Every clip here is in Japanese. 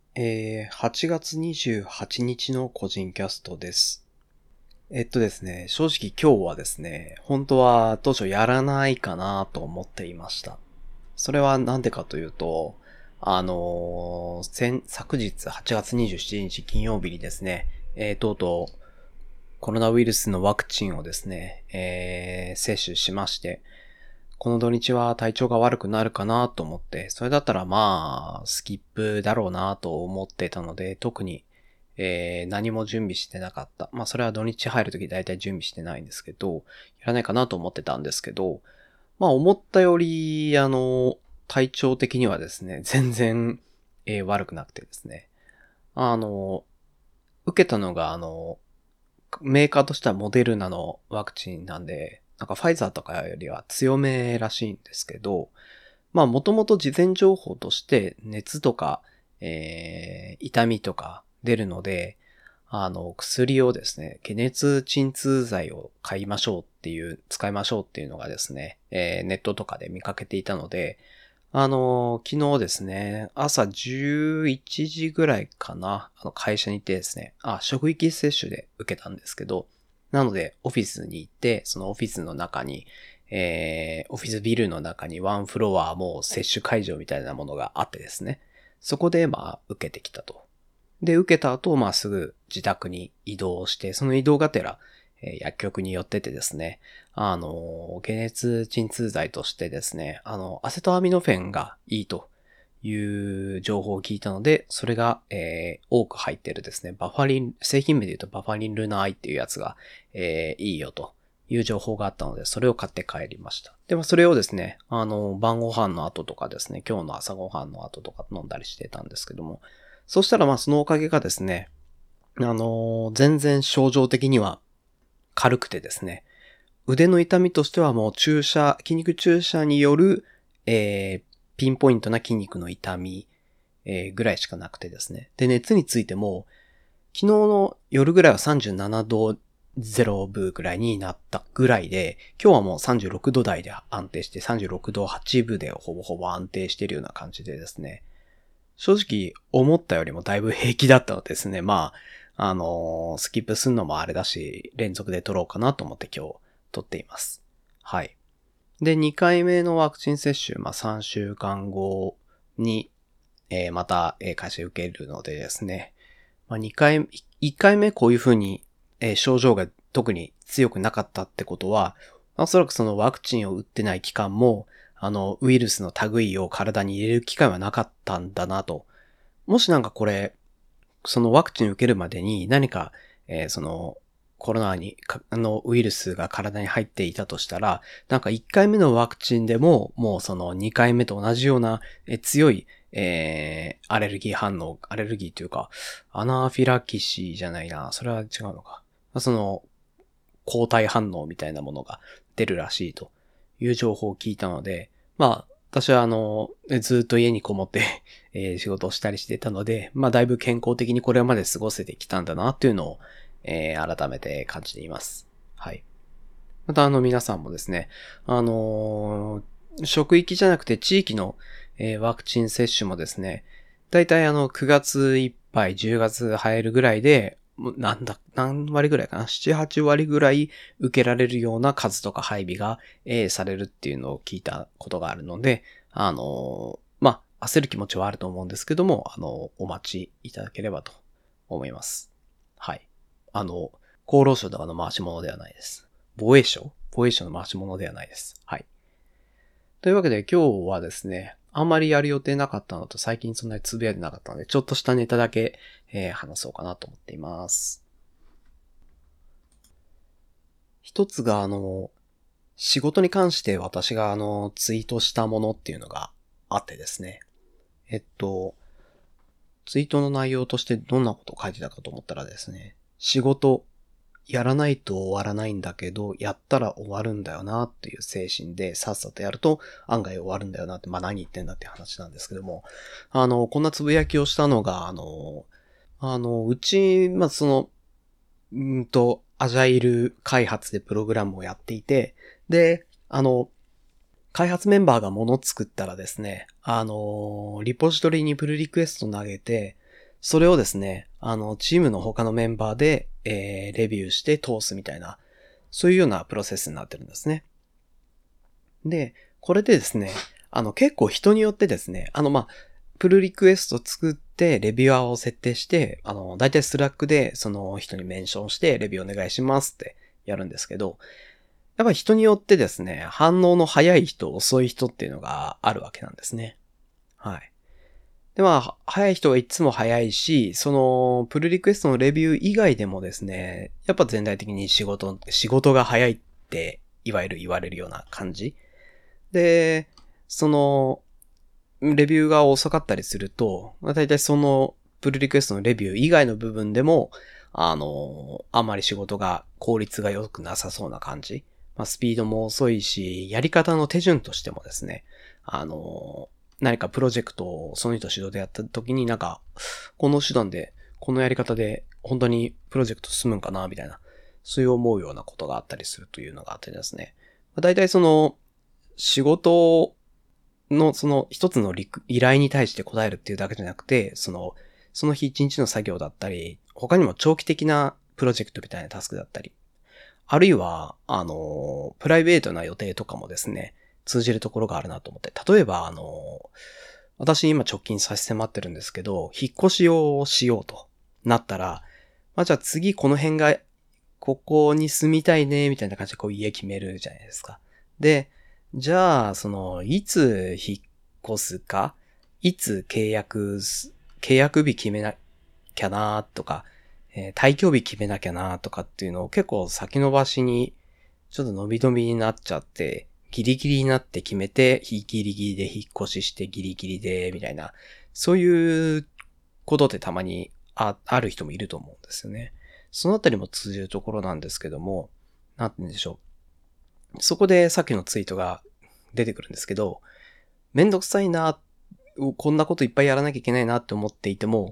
8月28日の個人キャストです。ですね、正直今日はですね、本当は当初やらないかなと思っていました。それはなんでかというと、昨日8月27日金曜日にですね、とうとうコロナウイルスのワクチンをですね、接種しまして、この土日は体調が悪くなるかなと思って、それだったらまあ、スキップだろうなと思ってたので、特に、何も準備してなかった。まあ、それは土日入るとき大体準備してないんですけど、やらないかなと思ってたんですけど、まあ、思ったより、体調的にはですね、全然、悪くなくてですね。あの、受けたのが、メーカーとしてはモデルナのワクチンなんで、なんかファイザーとかよりは強めらしいんですけど、まあもともと事前情報として熱とか、痛みとか出るので、薬をですね、解熱鎮痛剤を買いましょうっていう、使いましょうっていうのがですね、ネットとかで見かけていたので、昨日ですね、朝11時ぐらいかな、会社に行ってですね、職域接種で受けたんですけど、なので、オフィスに行って、そのオフィスの中に、オフィスビルの中にワンフロアも接種会場みたいなものがあってですね、そこで、受けてきたと。で、受けた後、すぐ自宅に移動して、その移動がてら、薬局に寄っててですね、解熱鎮痛剤としてですね、アセトアミノフェンがいいという情報を聞いたので、それが、多く入ってるですね、バファリン、製品名で言うとバファリンルナアイっていうやつが、いいよという情報があったので、それを買って帰りました。でもそれをですね、晩ご飯の後とかですね、今日の朝ご飯の後とか飲んだりしてたんですけども、そしたらそのおかげがですね、全然症状的には軽くてですね、腕の痛みとしてはもう筋肉注射による、ピンポイントな筋肉の痛み、ぐらいしかなくてですね。で、熱についても、昨日の夜ぐらいは37度0分ぐらいになったぐらいで、今日はもう36度台で安定して、36度8分でほぼほぼ安定しているような感じでですね。正直思ったよりもだいぶ平気だったのですね。スキップするのもあれだし、連続で取ろうかなと思って今日取っています。はい。で、2回目のワクチン接種、3週間後に、また、会社受けるのでですね。1回目こういう風に、症状が特に強くなかったってことは、おそらくそのワクチンを打ってない期間も、ウイルスの類を体に入れる機会はなかったんだなと。もしなんかこれ、そのワクチン受けるまでに何か、その、コロナにウイルスが体に入っていたとしたら、なんか1回目のワクチンでも、もうその2回目と同じような、強い、アレルギー反応、アレルギーというか、アナフィラキシーじゃないな、それは違うのか。その、抗体反応みたいなものが出るらしいという情報を聞いたので、私はずっと家にこもって仕事をしたりしてたので、だいぶ健康的にこれまで過ごせてきたんだなっていうのを、改めて感じています。はい。また皆さんもですね、職域じゃなくて地域の、ワクチン接種もですね、だいたい9月いっぱい、10月入るぐらいで、何割ぐらいかな ?7、8割ぐらい受けられるような数とか配備が、されるっていうのを聞いたことがあるので、焦る気持ちはあると思うんですけども、お待ちいただければと思います。はい。厚労省とかの回し物ではないです。防衛省の回し物ではないです。はい。というわけで今日はですね、あんまりやる予定なかったのと最近そんなにつぶやいてなかったので、ちょっとしたネタだけ、話そうかなと思っています。一つが仕事に関して私がツイートしたものっていうのがあってですね。ツイートの内容としてどんなことを書いてたかと思ったらですね、仕事、やらないと終わらないんだけど、やったら終わるんだよなっていう精神でさっさとやると案外終わるんだよなって、何言ってんだって話なんですけども、こんなつぶやきをしたのが、うち、アジャイル開発でプログラムをやっていて、で、開発メンバーが物作ったらですね、リポジトリにプルリクエスト投げて、 それをですね、チームの他のメンバーで、レビューして通すみたいな、そういうようなプロセスになってるんですね。で、これでですね、結構人によってですね、プルリクエスト作って、レビュアーを設定して、だいたいスラックでその人にメンションして、レビューお願いしますってやるんですけど、やっぱり人によってですね、反応の早い人、遅い人っていうのがあるわけなんですね。はい。で、早い人はいつも早いし、その、プルリクエストのレビュー以外でもですね、やっぱ全体的に仕事が早いって、いわゆる言われるような感じ。で、その、レビューが遅かったりすると、だいたいその、プルリクエストのレビュー以外の部分でも、あんまり仕事が効率が良くなさそうな感じ。スピードも遅いし、やり方の手順としてもですね、何かプロジェクトをその人主導でやった時にこの手段で、このやり方で本当にプロジェクト進むんかな、みたいな、そういう思うようなことがあったりするというのがあってですね。だいたいその、仕事のその一つの依頼に対して答えるっていうだけじゃなくて、その日一日の作業だったり、他にも長期的なプロジェクトみたいなタスクだったり、あるいは、プライベートな予定とかもですね、通じるところがあるなと思って。例えば、私今直近差し迫ってるんですけど、引っ越しをしようとなったら、じゃあ次この辺が、ここに住みたいね、みたいな感じでこう家決めるじゃないですか。で、じゃあ、いつ引っ越すか、いつ契約日決めなきゃなとか、退去日決めなきゃなとかっていうのを結構先延ばしに、ちょっと伸び伸びになっちゃって、ギリギリになって決めて、ギリギリで引っ越ししてギリギリで、みたいな、そういうことってたまにある人もいると思うんですよね。そのあたりも通じるところなんですけども、なんて言うんでしょう。そこでさっきのツイートが出てくるんですけど、めんどくさいな、こんなこといっぱいやらなきゃいけないなって思っていても、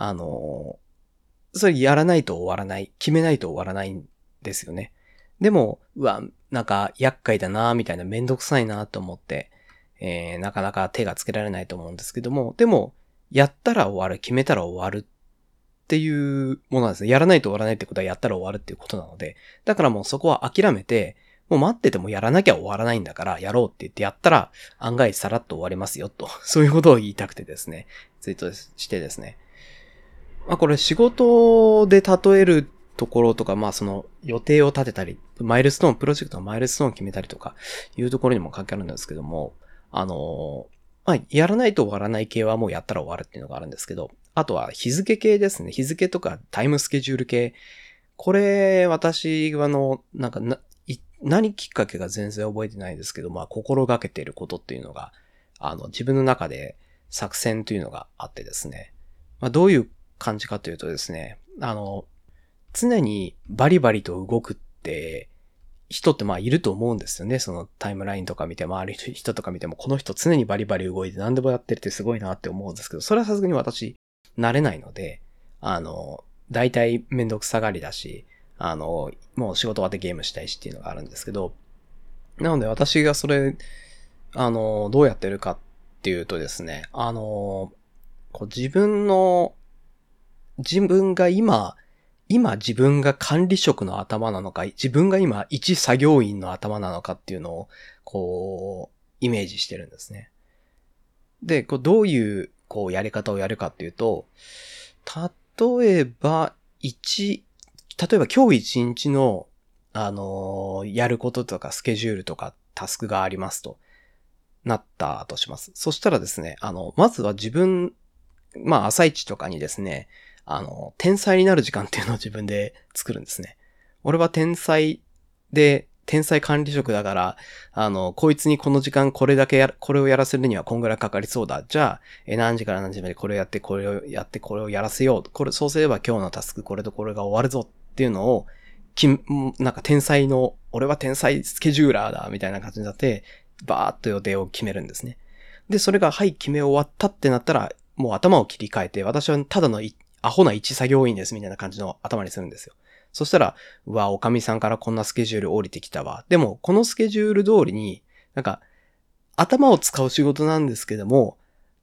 それやらないと終わらない。決めないと終わらないんですよね。でも、厄介だなみたいなめんどくさいなと思って、なかなか手がつけられないと思うんですけども、でも、やったら終わる、決めたら終わるっていうものなんですね。やらないと終わらないってことはやったら終わるっていうことなので、だからもうそこは諦めて、もう待っててもやらなきゃ終わらないんだからやろうって言ってやったら案外さらっと終わりますよと。そういうことを言いたくてですね、ツイートしてですね。これ仕事で例えるところとか、その予定を立てたり、プロジェクトのマイルストーンを決めたりとかいうところにも関係あるんですけども、やらないと終わらない系はもうやったら終わるっていうのがあるんですけど、あとは日付系ですね。日付とかタイムスケジュール系。これ、私は何きっかけが全然覚えてないですけど、心がけていることっていうのが、自分の中で作戦というのがあってですね。どういう感じかというとですね、常にバリバリと動くって人っていると思うんですよね。そのタイムラインとか見て、周りの人とか見ても、この人常にバリバリ動いて何でもやってるってすごいなって思うんですけど、それはさすがに私、慣れないので、大体めんどくさがりだし、もう仕事終わってゲームしたいしっていうのがあるんですけど、なので私がそれ、どうやってるかっていうとですね、自分が今自分が管理職の頭なのか、自分が今一作業員の頭なのかっていうのを、イメージしてるんですね。で、どういう、やり方をやるかっていうと、例えば今日一日の、やることとかスケジュールとかタスクがありますとなったとします。そしたらですね、まずは朝一とかにですね、天才になる時間っていうのを自分で作るんですね。俺は天才管理職だから、こいつにこの時間これをやらせるにはこんぐらいかかりそうだ。じゃあ、何時から何時までこれをやって、これをやらせよう。そうすれば今日のタスクこれとこれが終わるぞっていうのを、俺は天才スケジューラーだ、みたいな感じになって、バーっと予定を決めるんですね。で、それが、決め終わったってなったら、もう頭を切り替えて、私はただのアホな一作業員です、みたいな感じの頭にするんですよ。そしたら、おかみさんからこんなスケジュール降りてきたわ。でも、このスケジュール通りに、頭を使う仕事なんですけども、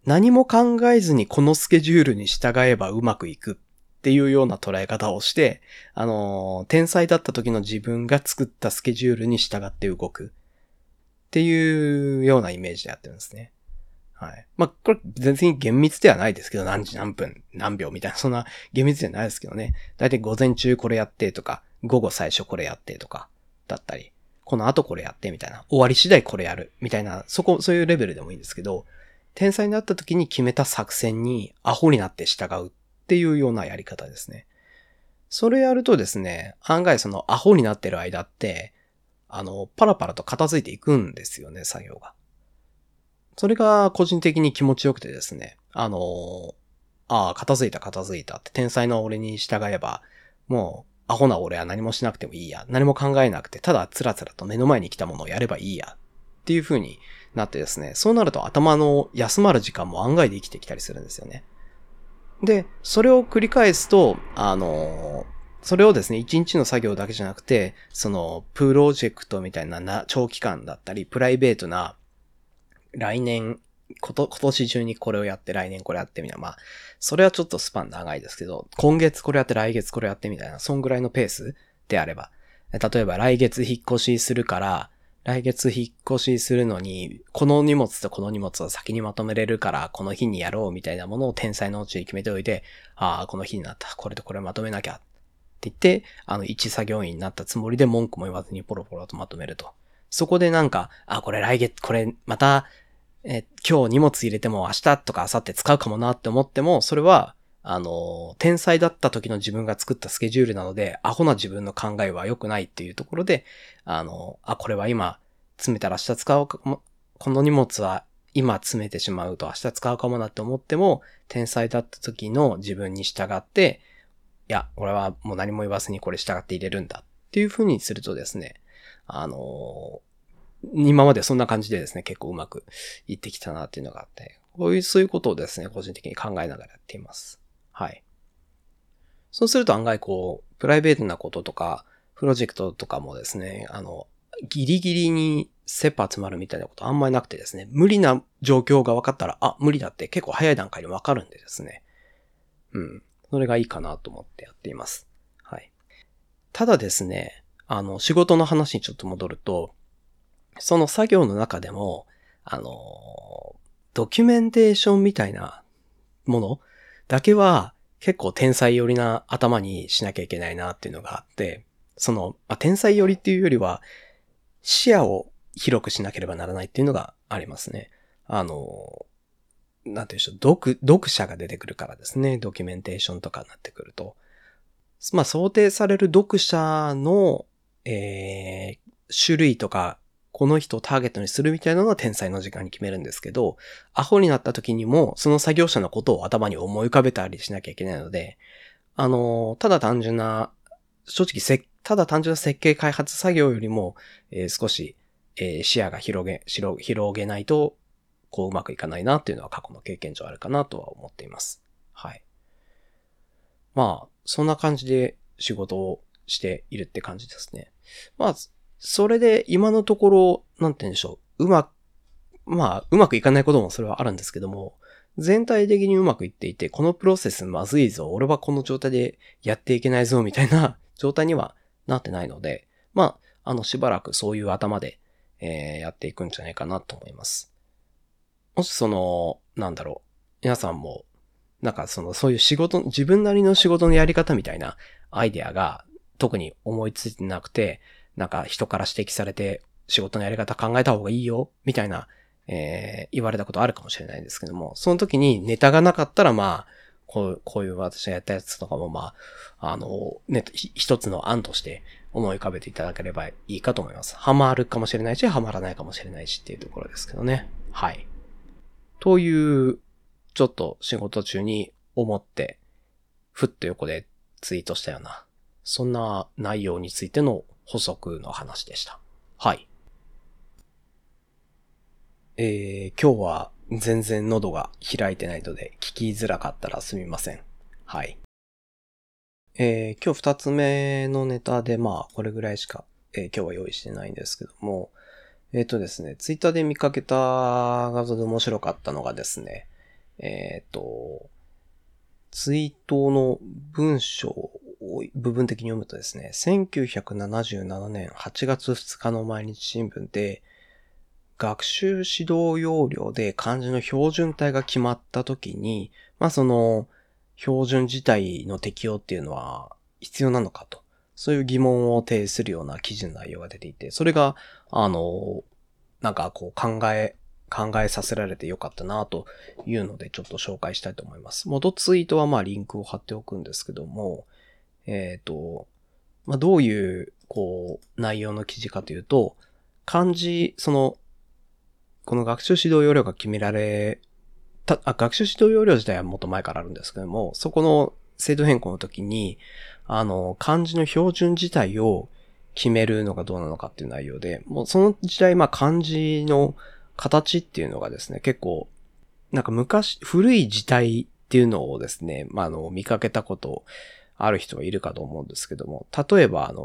何も考えずにこのスケジュールに従えばうまくいくっていうような捉え方をして、天才だった時の自分が作ったスケジュールに従って動くっていうようなイメージでやってるんですね。はい。まあ、これ全然厳密ではないですけど、何時何分何秒みたいな、そんな厳密じゃないですけどね。だいたい午前中これやってとか、午後最初これやってとか、だったり、この後これやってみたいな、終わり次第これやるみたいな、そういうレベルでもいいんですけど、天才になった時に決めた作戦にアホになって従うっていうようなやり方ですね。それやるとですね、案外そのアホになってる間って、パラパラと片付いていくんですよね、作業が。それが個人的に気持ちよくてですね、片付いたって天才の俺に従えば、もう、アホな俺は何もしなくてもいいや。何も考えなくて、ただつらつらと目の前に来たものをやればいいや。っていう風になってですね、そうなると頭の休まる時間も案外で生きてきたりするんですよね。で、それを繰り返すと、それをですね、一日の作業だけじゃなくて、その、プロジェクトみたいな長期間だったり、プライベートな、来年、今年中にこれをやって、来年これやってみたいな。まあ、それはちょっとスパン長いですけど、今月これやって、来月これやってみたいな、そんぐらいのペースであれば。例えば来月引っ越しするから、来月引っ越しするのに、この荷物とこの荷物を先にまとめれるから、この日にやろうみたいなものを天才のうちに決めておいて、この日になった。これとこれまとめなきゃ。って言って、一作業員になったつもりで文句も言わずにポロポロとまとめると。そこでなんか、これ来月、これまた、今日荷物入れても明日とか明後日使うかもなって思っても、それは、天才だった時の自分が作ったスケジュールなので、アホな自分の考えは良くないっていうところで、これは今、詰めたら明日使おうかも、この荷物は今詰めてしまうと明日使うかもなって思っても、天才だった時の自分に従って、いや、俺はもう何も言わずにこれ従って入れるんだっていう風にするとですね、今までそんな感じでですね、結構うまくいってきたなっていうのがあって、そういうことをですね、個人的に考えながらやっています。はい。そうすると案外プライベートなこととか、プロジェクトとかもですね、ギリギリに切羽詰まるみたいなことあんまりなくてですね、無理な状況が分かったら、無理だって結構早い段階で分かるんでですね。それがいいかなと思ってやっています。はい。ただですね、仕事の話にちょっと戻ると、その作業の中でも、ドキュメンテーションみたいなものだけは結構天才寄りな頭にしなきゃいけないなっていうのがあって、天才寄りっていうよりは視野を広くしなければならないっていうのがありますね。なんていうんでしょう、読者が出てくるからですね。ドキュメンテーションとかになってくると。想定される読者の、種類とか、この人をターゲットにするみたいなのは天才の時間に決めるんですけど、アホになった時にも、その作業者のことを頭に思い浮かべたりしなきゃいけないので、ただ単純な設計開発作業よりも、少し、視野が広げないと、うまくいかないなっていうのは過去の経験上あるかなとは思っています。はい。そんな感じで仕事をしているって感じですね。それで今のところ、なんて言うんでしょう。うまくいかないこともそれはあるんですけども、全体的にうまくいっていて、このプロセスまずいぞ、俺はこの状態でやっていけないぞ、みたいな状態にはなってないので、しばらくそういう頭で、やっていくんじゃないかなと思います。もし皆さんも、そういう自分なりの仕事のやり方みたいなアイデアが特に思いついてなくて、人から指摘されて仕事のやり方考えた方がいいよ、みたいな、言われたことあるかもしれないですけども、その時にネタがなかったらこういう私がやったやつとかも一つの案として思い浮かべていただければいいかと思います。ハマるかもしれないし、ハマらないかもしれないしっていうところですけどね。はい。という、ちょっと仕事中に思って、ふっと横でツイートしたような、そんな内容についての補足の話でした。はい。今日は全然喉が開いてないので聞きづらかったらすみません。はい。今日二つ目のネタでこれぐらいしか、今日は用意してないんですけども、ですね、ツイッターで見かけた画像で面白かったのがですね、 ツイートの文章を部分的に読むとですね、1977年8月2日の毎日新聞で、学習指導要領で漢字の標準体が決まった時に、その標準自体の適用っていうのは必要なのかと、そういう疑問を呈するような記事の内容が出ていて、それが、なんかこう考えさせられてよかったなというのでちょっと紹介したいと思います。元ツイートはリンクを貼っておくんですけども、どういう内容の記事かというと、漢字、この学習指導要領が決められた、学習指導要領自体はもっと前からあるんですけども、そこの制度変更の時に、漢字の標準自体を決めるのがどうなのかっていう内容で、もうその時代、漢字の形っていうのがですね、結構、なんか古い字体っていうのをですね、見かけたことある人はいるかと思うんですけども、例えば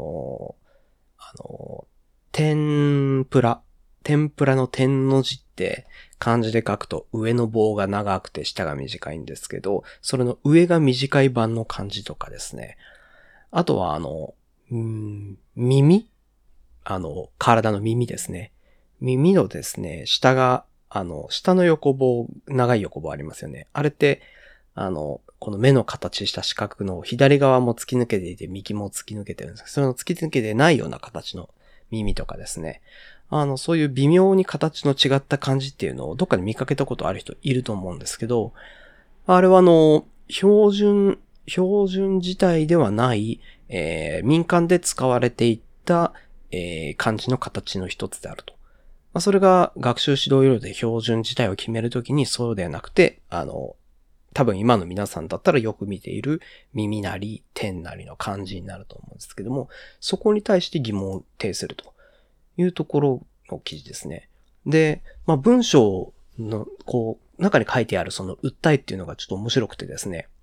天ぷらの天の字って漢字で書くと上の棒が長くて下が短いんですけど、それの上が短い版の漢字とかですね。あとは耳体の耳ですね。耳のですね、下の横棒、長い横棒ありますよね。あれって、この目の形した四角の左側も突き抜けていて、右も突き抜けてるんですけど、その突き抜けてないような形の耳とかですね。そういう微妙に形の違った漢字っていうのをどっかで見かけたことある人いると思うんですけど、あれは標準自体ではない、民間で使われていった、漢字の形の一つであると。それが学習指導要領で標準自体を決めるときにそうではなくて、多分今の皆さんだったらよく見ている耳なり天なりの漢字になると思うんですけども、そこに対して疑問を呈するというところの記事ですね。で、文章の中に書いてあるその訴えっていうのがちょっと面白くてですね、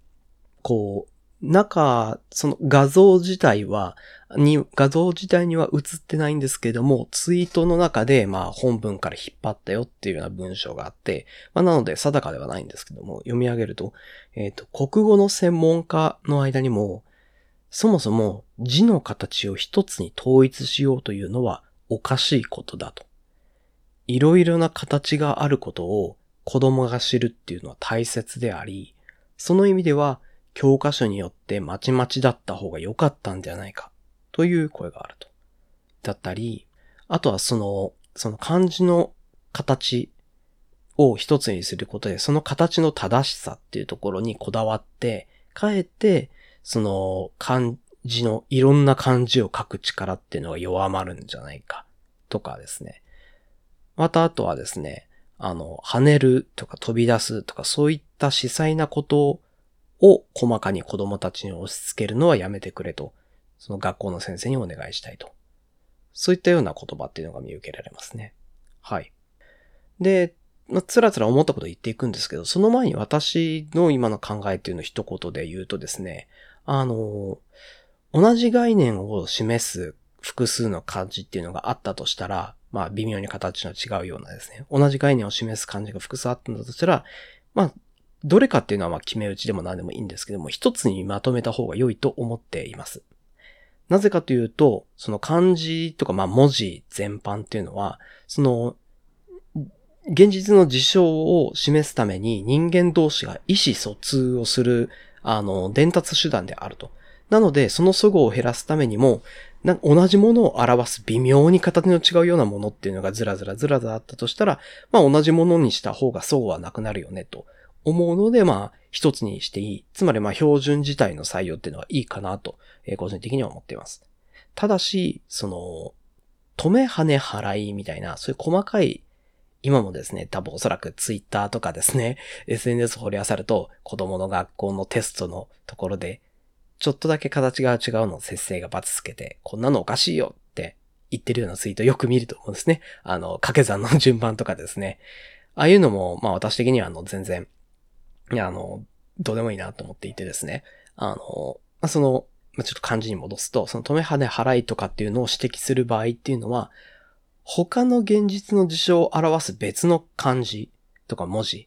その画像自体には映ってないんですけども、ツイートの中で、本文から引っ張ったよっていうような文章があって、なので定かではないんですけども、読み上げると、国語の専門家の間にも、そもそも字の形を一つに統一しようというのはおかしいことだと。いろいろな形があることを子供が知るっていうのは大切であり、その意味では教科書によってまちまちだった方が良かったんじゃないかという声があると。だったり、あとはその漢字の形を一つにすることで、その形の正しさっていうところにこだわって、かえってその漢字のいろんな漢字を書く力っていうのが弱まるんじゃないかとかですね。またあとはですね、跳ねるとか飛び出すとかそういった細細なことを細かに子供たちに押し付けるのはやめてくれと、その学校の先生にお願いしたいと。そういったような言葉っていうのが見受けられますね。はい。で、つらつら思ったことを言っていくんですけど、その前に私の今の考えっていうのを一言で言うとですね、同じ概念を示す複数の漢字っていうのがあったとしたら、微妙に形の違うようなですね、同じ概念を示す漢字が複数あったんだとしたら、どれかっていうのは決め打ちでも何でもいいんですけども、一つにまとめた方が良いと思っています。なぜかというと、その漢字とか文字全般っていうのは、その現実の事象を示すために人間同士が意思疎通をする、伝達手段であると。なので、その齟齬を減らすためにも、同じものを表す微妙に形の違うようなものっていうのがずらずらあったとしたら、同じものにした方が齟齬はなくなるよねと思うので、一つにしていい。つまり標準自体の採用っていうのはいいかなと、個人的には思っています。ただし、止め跳ね払いみたいな、そういう細かい今もですね、多分おそらくツイッターとかですね、SNS 掘り漁ると子供の学校のテストのところで、ちょっとだけ形が違うのを先生がバツつけて、こんなのおかしいよって言ってるようなツイートよく見ると思うんですね。掛け算の順番とかですね。ああいうのも、私的には全然、どうでもいいなと思っていてですね。ちょっと漢字に戻すと、その止め跳ね払いとかっていうのを指摘する場合っていうのは、他の現実の事象を表す別の漢字とか文字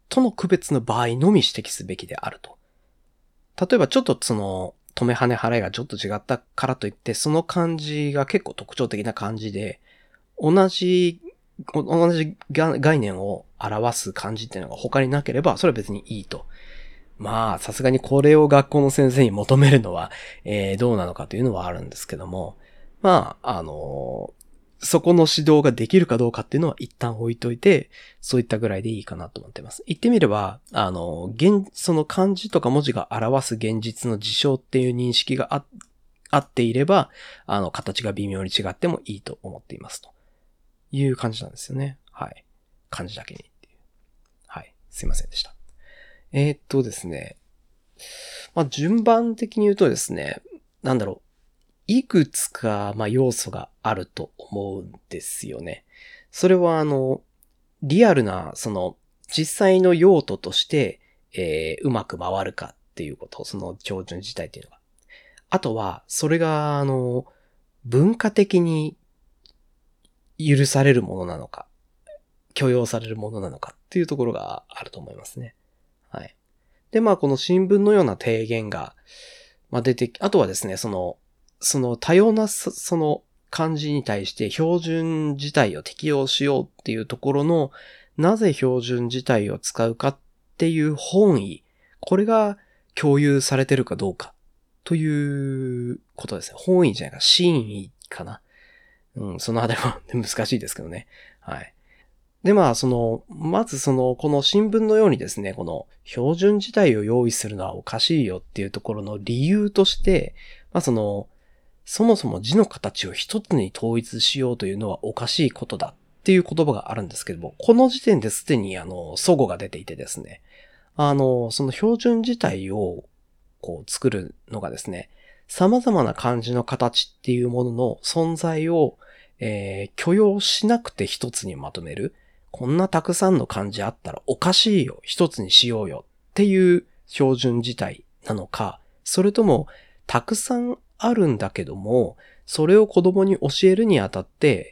との区別の場合のみ指摘すべきであると。例えばちょっと止め跳ね払いがちょっと違ったからといって、その漢字が結構特徴的な漢字で、同じ概念を表す漢字っていうのが他になければ、それは別にいいと。まあ、さすがにこれを学校の先生に求めるのは、どうなのかというのはあるんですけども、まあ、そこの指導ができるかどうかっていうのは一旦置いといて、そういったぐらいでいいかなと思っています。言ってみれば、その漢字とか文字が表す現実の事象っていう認識があっていれば、形が微妙に違ってもいいと思っていますという感じなんですよね。はい。漢字だけにっていう。はい。すいませんでした。ですね。まあ、順番的に言うとですね、いくつか、要素があると思うんですよね。それはリアルな、実際の用途として、うまく回るかっていうこと、その標準自体っていうのが。あとは、それが、文化的に許されるものなのか、許容されるものなのかっていうところがあると思いますね。はい。で、この新聞のような提言が、出て、あとはですね、その多様なその漢字に対して標準自体を適用しようっていうところの、なぜ標準自体を使うかっていう本意、これが共有されてるかどうかということですね。本意じゃないか、真意かな。そのあたりは難しいですけどね。はい。で、まずこの新聞のようにですね、この標準自体を用意するのはおかしいよっていうところの理由として、そもそも字の形を一つに統一しようというのはおかしいことだっていう言葉があるんですけども、この時点ですでに齟齬が出ていてですね、その標準自体を作るのがですね、様々な漢字の形っていうものの存在を、許容しなくて一つにまとめる。こんなたくさんの漢字あったらおかしいよ、一つにしようよっていう標準自体なのか、それともたくさんあるんだけども、それを子供に教えるにあたって、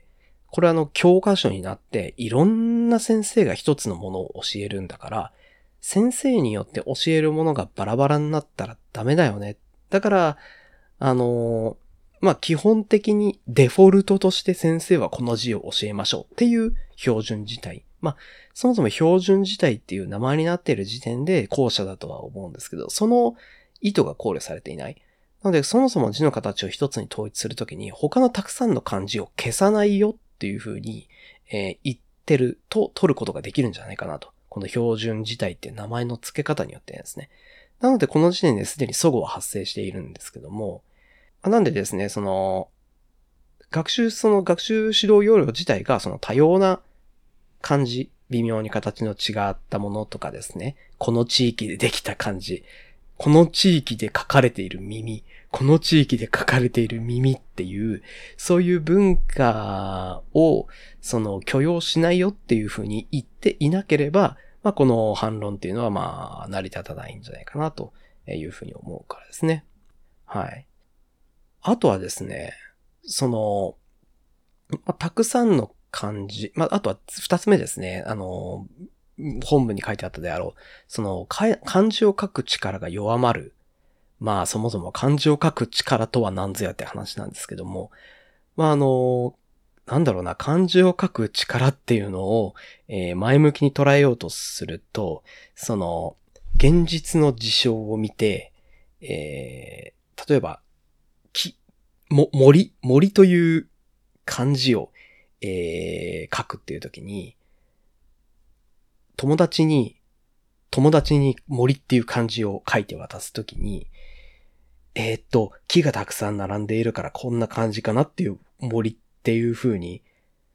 これ教科書になっていろんな先生が一つのものを教えるんだから、先生によって教えるものがバラバラになったらダメだよね。だから、基本的にデフォルトとして先生はこの字を教えましょうっていう標準自体。そもそも標準自体っていう名前になっている時点で後者だとは思うんですけど、その意図が考慮されていない。なので、そもそも字の形を一つに統一するときに、他のたくさんの漢字を消さないよっていう風に、言ってると取ることができるんじゃないかなと。この標準自体っていう名前の付け方によってですね。なので、この時点ですでに齟齬は発生しているんですけども、なんでですね、学習指導要領自体が多様な漢字、微妙に形の違ったものとかですね、この地域でできた漢字、この地域で書かれている耳、この地域で書かれている耳っていう、そういう文化を許容しないよっていうふうに言っていなければ、この反論っていうのは成り立たないんじゃないかなというふうに思うからですね。はい。あとはですね、たくさんの漢字、あとは二つ目ですね、本文に書いてあったであろう、漢字を書く力が弱まる。そもそも漢字を書く力とは何ぞやって話なんですけども、漢字を書く力っていうのを、前向きに捉えようとすると、現実の事象を見て、例えば、森という漢字を、書くっていう時に、友達に森っていう漢字を書いて渡すときに、木がたくさん並んでいるからこんな感じかなっていう森っていう風に、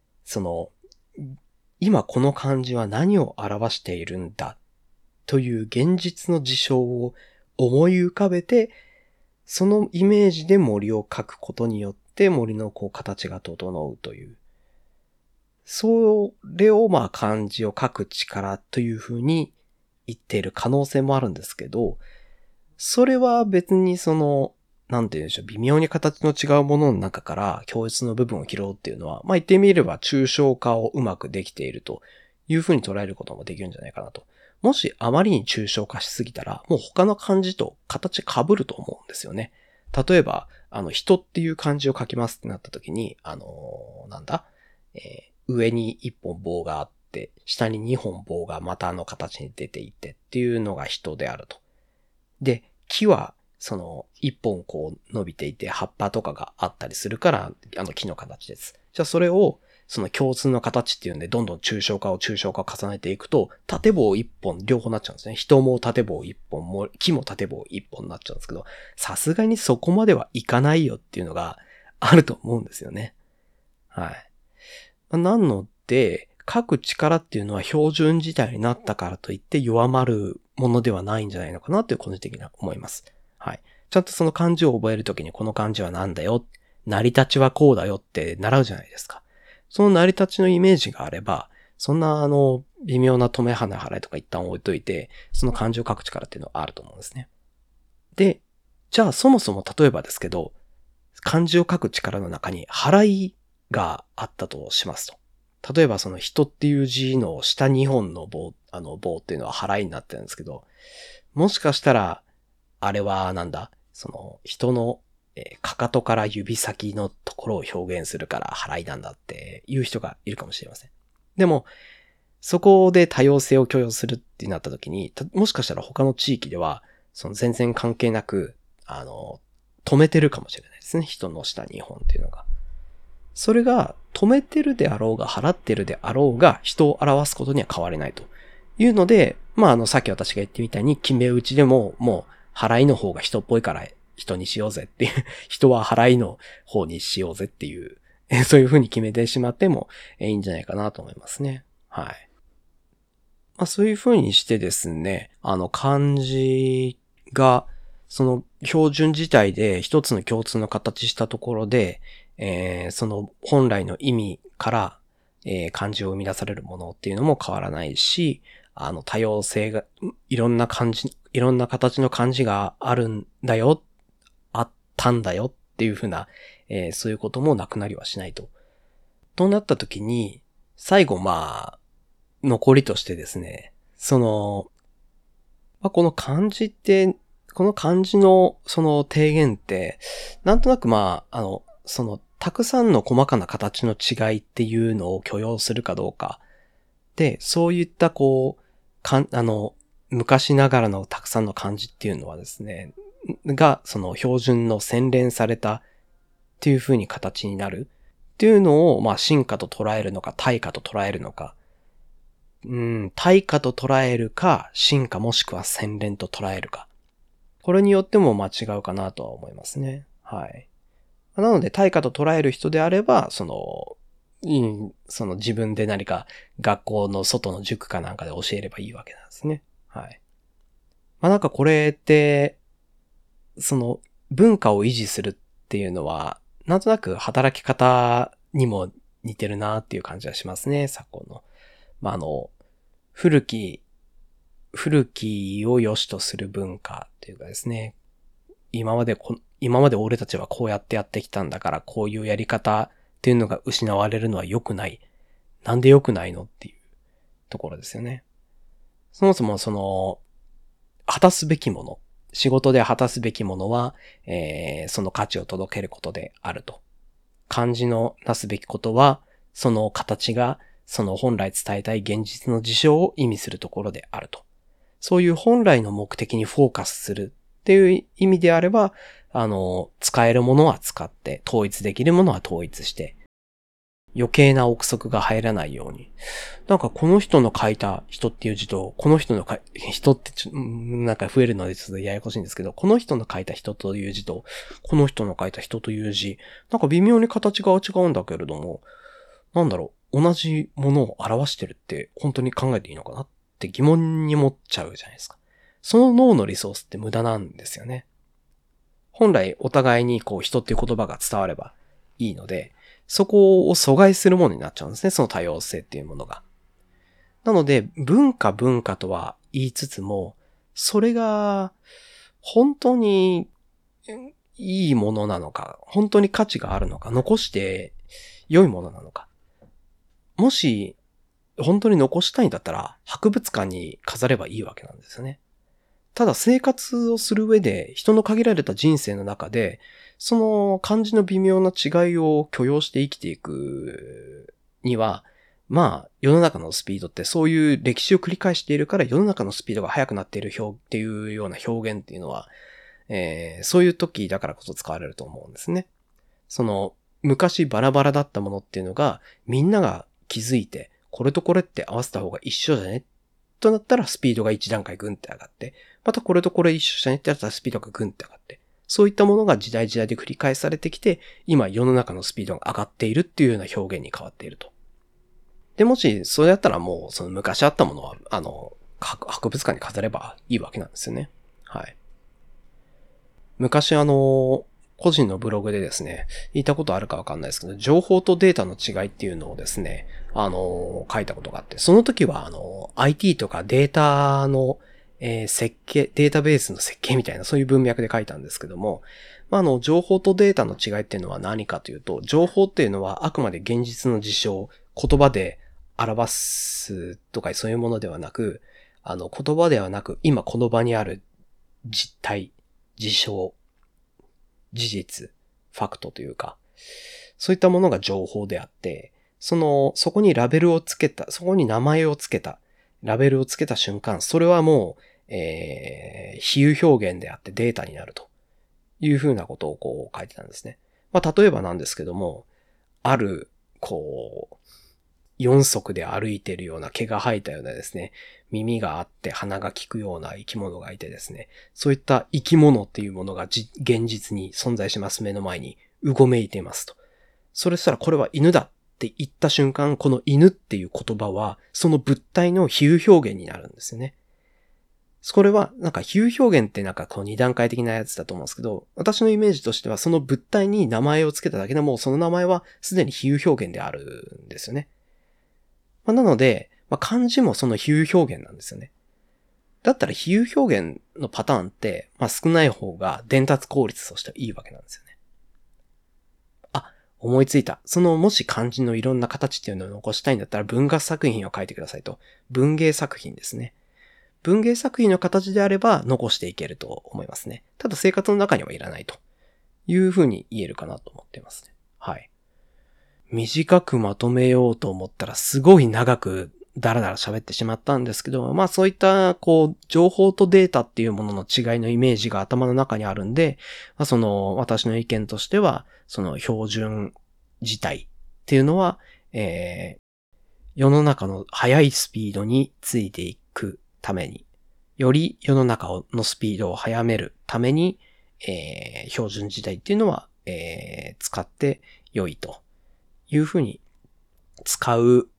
今この漢字は何を表しているんだという現実の事象を思い浮かべて、そのイメージで森を描くことによって森の形が整うという。それを漢字を書く力という風に言っている可能性もあるんですけど、それは別に微妙に形の違うものの中から共通の部分を拾うっていうのは、言ってみれば抽象化をうまくできているという風に捉えることもできるんじゃないかなともしあまりに抽象化しすぎたら、もう他の漢字と形被ると思うんですよね。例えば、人っていう漢字を書きますってなった時に、なんだ、上に一本棒があって、下に二本棒がまた形に出ていてっていうのが人であると。で、木は、一本こう伸びていて葉っぱとかがあったりするから、木の形です。じゃあそれを、その共通の形っていうんで、どんどん抽象化を重ねていくと、縦棒一本両方になっちゃうんですね。人も縦棒一本も、木も縦棒一本になっちゃうんですけど、さすがにそこまではいかないよっていうのがあると思うんですよね。はい。なので、書く力っていうのは標準時代になったからといって弱まるものではないんじゃないのかなという個人的には思います。はい。ちゃんとその漢字を覚えるときにこの漢字はなんだよ、成り立ちはこうだよって習うじゃないですか。その成り立ちのイメージがあれば、そんな微妙な止め花払いとか一旦置いといて、その漢字を書く力っていうのはあると思うんですね。で、じゃあそもそも例えばですけど、漢字を書く力の中に払いがあったとしますと。例えばその人っていう字の下2本の棒、棒っていうのは払いになってるんですけど、もしかしたら、あれはなんだ、その人のかかとから指先のところを表現するから払いなんだっていう人がいるかもしれません。でも、そこで多様性を許容するってなった時に、もしかしたら他の地域では、その全然関係なく、止めてるかもしれないですね。人の下2本っていうのが。それが止めてるであろうが払ってるであろうが人を表すことには変わりないというので、さっき私が言ってみたいに決め打ちでももう払いの方が人っぽいから人にしようぜっていう、人は払いの方にしようぜっていう、そういう風に決めてしまってもいいんじゃないかなと思いますね。はい。そういう風にしてですね、漢字が、その標準自体で一つの共通の形したところで、その本来の意味から、漢字を生み出されるものっていうのも変わらないし、多様性が、いろんな形の漢字があるんだよ、あったんだよっていう風な、そういうこともなくなりはしないと。となった時に、最後残りとしてですね、この漢字って、この漢字のその提言って、なんとなくたくさんの細かな形の違いっていうのを許容するかどうか。で、そういった昔ながらのたくさんの漢字っていうのはですね、その標準の洗練されたっていう風に形になるっていうのを、進化と捉えるのか、対価と捉えるのか。対価と捉えるか、進化もしくは洗練と捉えるか。これによっても違うかなとは思いますね。はい。なので、対価と捉える人であれば、その自分で何か学校の外の塾かなんかで教えればいいわけなんですね。はい。なんかこれって、その文化を維持するっていうのは、なんとなく働き方にも似てるなっていう感じはしますね、昨今の。古きを良しとする文化っていうかですね、今まで俺たちはこうやってやってきたんだから、こういうやり方っていうのが失われるのは良くない。なんで良くないのっていうところですよね。そもそも果たすべきもの、仕事で果たすべきものは、その価値を届けることであると。漢字のなすべきことは、その形がその本来伝えたい現実の事象を意味するところであると。そういう本来の目的にフォーカスするっていう意味であれば、使えるものは使って、統一できるものは統一して、余計な憶測が入らないように。なんかこの人の書いた人っていう字と、この人の人ってなんか増えるのでちょっとややこしいんですけど、この人の書いた人という字と、この人の書いた人という字、なんか微妙に形が違うんだけれども、同じものを表してるって本当に考えていいのかなって疑問に持っちゃうじゃないですか。その脳のリソースって無駄なんですよね。本来お互いに人っていう言葉が伝わればいいので、そこを阻害するものになっちゃうんですね。その多様性っていうものが。なので、文化とは言いつつも、それが本当にいいものなのか、本当に価値があるのか、残して良いものなのか。もし、 本当に残したいんだったら、博物館に飾ればいいわけなんですよね。ただ生活をする上で、人の限られた人生の中で、その漢字の微妙な違いを許容して生きていくには、まあ、世の中のスピードってそういう歴史を繰り返しているから世の中のスピードが速くなっているっていうような表現っていうのは、そういう時だからこそ使われると思うんですね。その、昔バラバラだったものっていうのが、みんなが気づいて、これとこれって合わせた方が一緒じゃねとなったらスピードが一段階グンって上がって、またこれとこれ一緒じゃねってやったらスピードがグンって上がって、そういったものが時代時代で繰り返されてきて、今世の中のスピードが上がっているっていうような表現に変わっていると。で、もしそれだったらもうその昔あったものは、博物館に飾ればいいわけなんですよね。はい。昔個人のブログでですね、言ったことあるかわかんないですけど、情報とデータの違いっていうのをですね、書いたことがあって、その時はIT とかデータの、設計、データベースの設計みたいなそういう文脈で書いたんですけども、情報とデータの違いっていうのは何かというと、情報っていうのはあくまで現実の事象、言葉で表すとかそういうものではなく、言葉ではなく、今この場にある実態、事象、事実、ファクトというか、そういったものが情報であって、そこにラベルをつけた、そこに名前をつけた、ラベルをつけた瞬間、それはもう、比喩表現であってデータになるというふうなことをこう書いてたんですね。例えばなんですけども、ある、四足で歩いているような毛が生えたようなですね、耳があって鼻が利くような生き物がいてですね、そういった生き物っていうものが現実に存在します。目の前にうごめいていますと。それしたらこれは犬だって言った瞬間、この犬っていう言葉はその物体の比喩表現になるんですよね。これはなんか比喩表現ってなんかこう二段階的なやつだと思うんですけど、私のイメージとしてはその物体に名前をつけただけでもその名前はすでに比喩表現であるんですよね。なので、漢字もその比喩表現なんですよね。だったら比喩表現のパターンって、少ない方が伝達効率としてはいいわけなんですよね。思いついた。もし漢字のいろんな形っていうのを残したいんだったら文学作品を書いてくださいと。文芸作品ですね。文芸作品の形であれば残していけると思いますね。ただ生活の中にはいらないというふうに言えるかなと思っていますね。はい。短くまとめようと思ったらすごい長くだらだら喋ってしまったんですけど、そういった情報とデータっていうものの違いのイメージが頭の中にあるんで、私の意見としては、その標準自体っていうのは、世の中の速いスピードについていくために、より世の中のスピードを速めるために、標準自体っていうのは、使って良いというふうに使う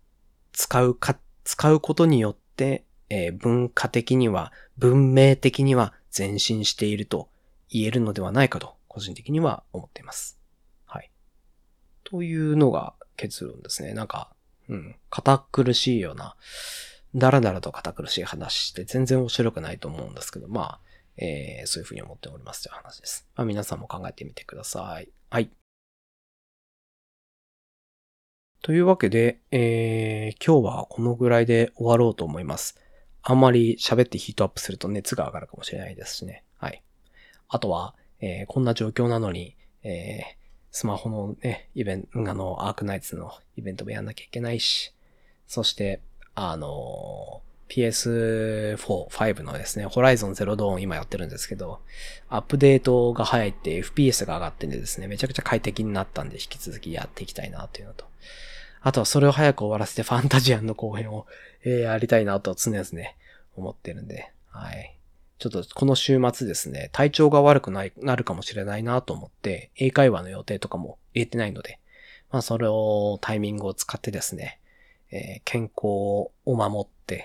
ことによって、文化的には、文明的には前進していると言えるのではないかと、個人的には思っています。はい。というのが結論ですね。なんか、堅苦しいような、だらだらと堅苦しい話して全然面白くないと思うんですけど、そういうふうに思っておりますという話です。皆さんも考えてみてください。はい。というわけで、今日はこのぐらいで終わろうと思います。あんまり喋ってヒートアップすると熱が上がるかもしれないですしね。はい。あとは、こんな状況なのに、スマホのね、アークナイツのイベントもやんなきゃいけないし、そして、PS4、5のですね、ホライゾンゼロドーン今やってるんですけど、アップデートが入って FPS が上がってんでですね、めちゃくちゃ快適になったんで引き続きやっていきたいなというのと、あとはそれを早く終わらせてファンタジアンの後編を、やりたいなと常々ね、思ってるんで、はい。ちょっとこの週末ですね、体調が悪くなるかもしれないなと思って、英会話の予定とかも入れてないので、それをタイミングを使ってですね、健康を守って、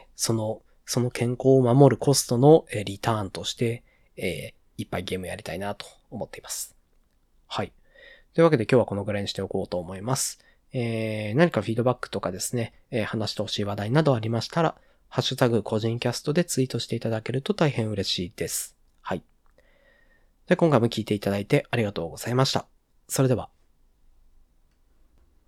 その健康を守るコストのリターンとして、いっぱいゲームやりたいなと思っています。はい。というわけで今日はこのぐらいにしておこうと思います。何かフィードバックとかですね、話してほしい話題などありましたら、ハッシュタグ個人キャストでツイートしていただけると大変嬉しいです。はい。で、今回も聞いていただいてありがとうございました。それでは。